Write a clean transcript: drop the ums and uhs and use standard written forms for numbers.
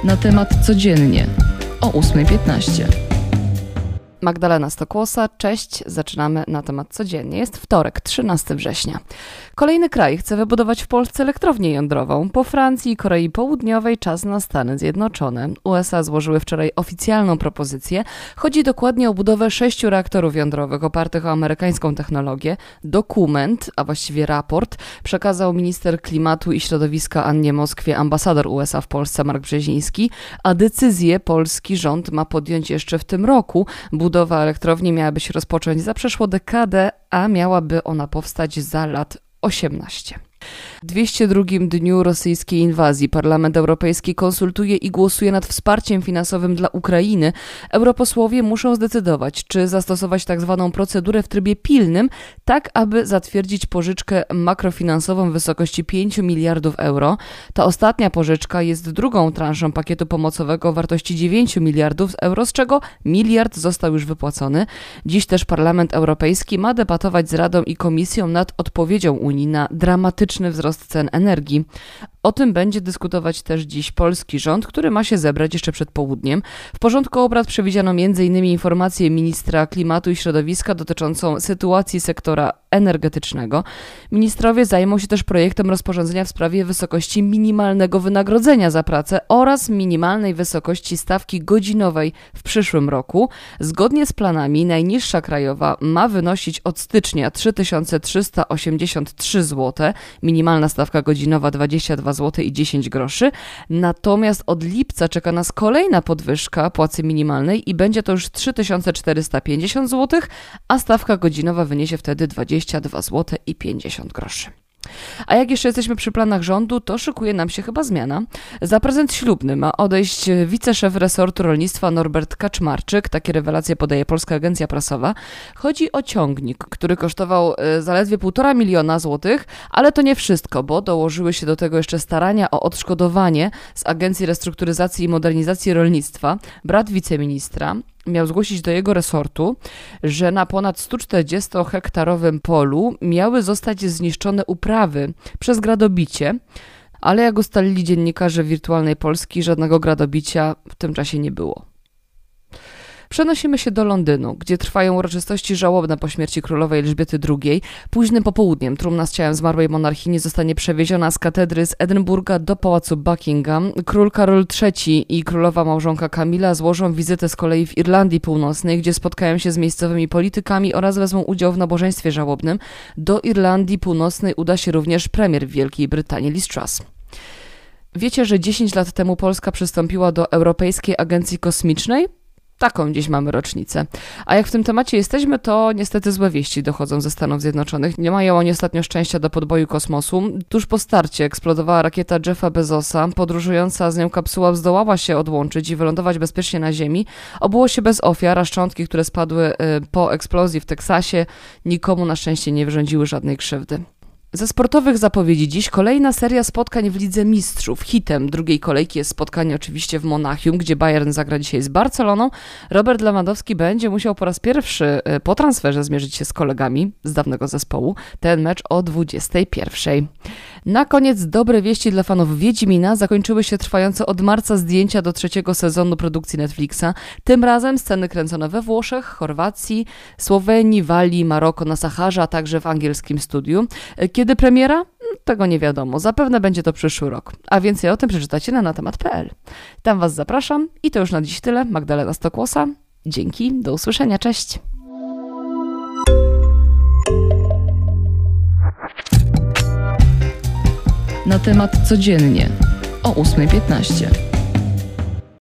Na temat codziennie o 8:15. Magdalena Stokłosa, cześć. Zaczynamy na temat codziennie. Jest wtorek, 13 września. Kolejny kraj chce wybudować w Polsce elektrownię jądrową. Po Francji i Korei Południowej czas na Stany Zjednoczone. USA złożyły wczoraj oficjalną propozycję. Chodzi dokładnie o budowę 6 reaktorów jądrowych opartych o amerykańską technologię. Dokument, a właściwie raport, przekazał minister klimatu i środowiska Annie Moskwie ambasador USA w Polsce Mark Brzeziński, a decyzję polski rząd ma podjąć jeszcze w tym roku. Budowa elektrowni miałaby się rozpocząć za przeszło dekadę, a miałaby ona powstać za lat 18. W 202 dniu rosyjskiej inwazji Parlament Europejski konsultuje i głosuje nad wsparciem finansowym dla Ukrainy. Europosłowie muszą zdecydować, czy zastosować tzw. procedurę w trybie pilnym, tak aby zatwierdzić pożyczkę makrofinansową w wysokości 5 miliardów euro. Ta ostatnia pożyczka jest drugą transzą pakietu pomocowego o wartości 9 miliardów euro, z czego miliard został już wypłacony. Dziś też Parlament Europejski ma debatować z Radą i Komisją nad odpowiedzią Unii na dramatyczny wzrost cen energii. O tym będzie dyskutować też dziś polski rząd, który ma się zebrać jeszcze przed południem. W porządku obrad przewidziano m.in. informację ministra klimatu i środowiska dotyczącą sytuacji sektora energetycznego. Ministrowie zajmą się też projektem rozporządzenia w sprawie wysokości minimalnego wynagrodzenia za pracę oraz minimalnej wysokości stawki godzinowej w przyszłym roku. Zgodnie z planami najniższa krajowa ma wynosić od stycznia 3383 zł, minimalna stawka godzinowa 22 zł i 10 groszy. Natomiast od lipca czeka nas kolejna podwyżka płacy minimalnej i będzie to już 3450 zł, a stawka godzinowa wyniesie wtedy 22 zł i 50 groszy. A jak jeszcze jesteśmy przy planach rządu, to szykuje nam się chyba zmiana. Za prezent ślubny ma odejść wiceszef resortu rolnictwa Norbert Kaczmarczyk. Takie rewelacje podaje Polska Agencja Prasowa. Chodzi o ciągnik, który kosztował zaledwie 1,5 miliona złotych, ale to nie wszystko, bo dołożyły się do tego jeszcze starania o odszkodowanie z Agencji Restrukturyzacji i Modernizacji Rolnictwa. Brat wiceministra miał zgłosić do jego resortu, że na ponad 140-hektarowym polu miały zostać zniszczone uprawy przez gradobicie, ale jak ustalili dziennikarze Wirtualnej Polski, żadnego gradobicia w tym czasie nie było. Przenosimy się do Londynu, gdzie trwają uroczystości żałobne po śmierci królowej Elżbiety II. Późnym popołudniem trumna z ciałem zmarłej monarchini zostanie przewieziona z katedry z Edynburga do pałacu Buckingham. Król Karol III i królowa małżonka Kamila złożą wizytę z kolei w Irlandii Północnej, gdzie spotkają się z miejscowymi politykami oraz wezmą udział w nabożeństwie żałobnym. Do Irlandii Północnej uda się również premier Wielkiej Brytanii Liz Truss. Wiecie, że 10 lat temu Polska przystąpiła do Europejskiej Agencji Kosmicznej? Taką dziś mamy rocznicę. A jak w tym temacie jesteśmy, to niestety złe wieści dochodzą ze Stanów Zjednoczonych. Nie mają oni ostatnio szczęścia do podboju kosmosu. Tuż po starcie eksplodowała rakieta Jeffa Bezosa. Podróżująca z nią kapsuła zdołała się odłączyć i wylądować bezpiecznie na Ziemi. Obyło się bez ofiar, a szczątki, które spadły po eksplozji w Teksasie, nikomu na szczęście nie wyrządziły żadnej krzywdy. Ze sportowych zapowiedzi dziś kolejna seria spotkań w Lidze Mistrzów. Hitem drugiej kolejki jest spotkanie oczywiście w Monachium, gdzie Bayern zagra dzisiaj z Barceloną. Robert Lewandowski będzie musiał po raz pierwszy po transferze zmierzyć się z kolegami z dawnego zespołu. Ten mecz o 21:00. Na koniec dobre wieści dla fanów Wiedźmina. Zakończyły się trwające od marca zdjęcia do 3. sezonu produkcji Netflixa. Tym razem sceny kręcone we Włoszech, Chorwacji, Słowenii, Walii, Maroko, na Saharze, a także w angielskim studiu. Kiedy premiera? Tego nie wiadomo. Zapewne będzie to przyszły rok. A więcej o tym przeczytacie na natemat.pl. Tam Was zapraszam i to już na dziś tyle. Magdalena Stokłosa. Dzięki, do usłyszenia. Cześć. Na temat codziennie o 8:15.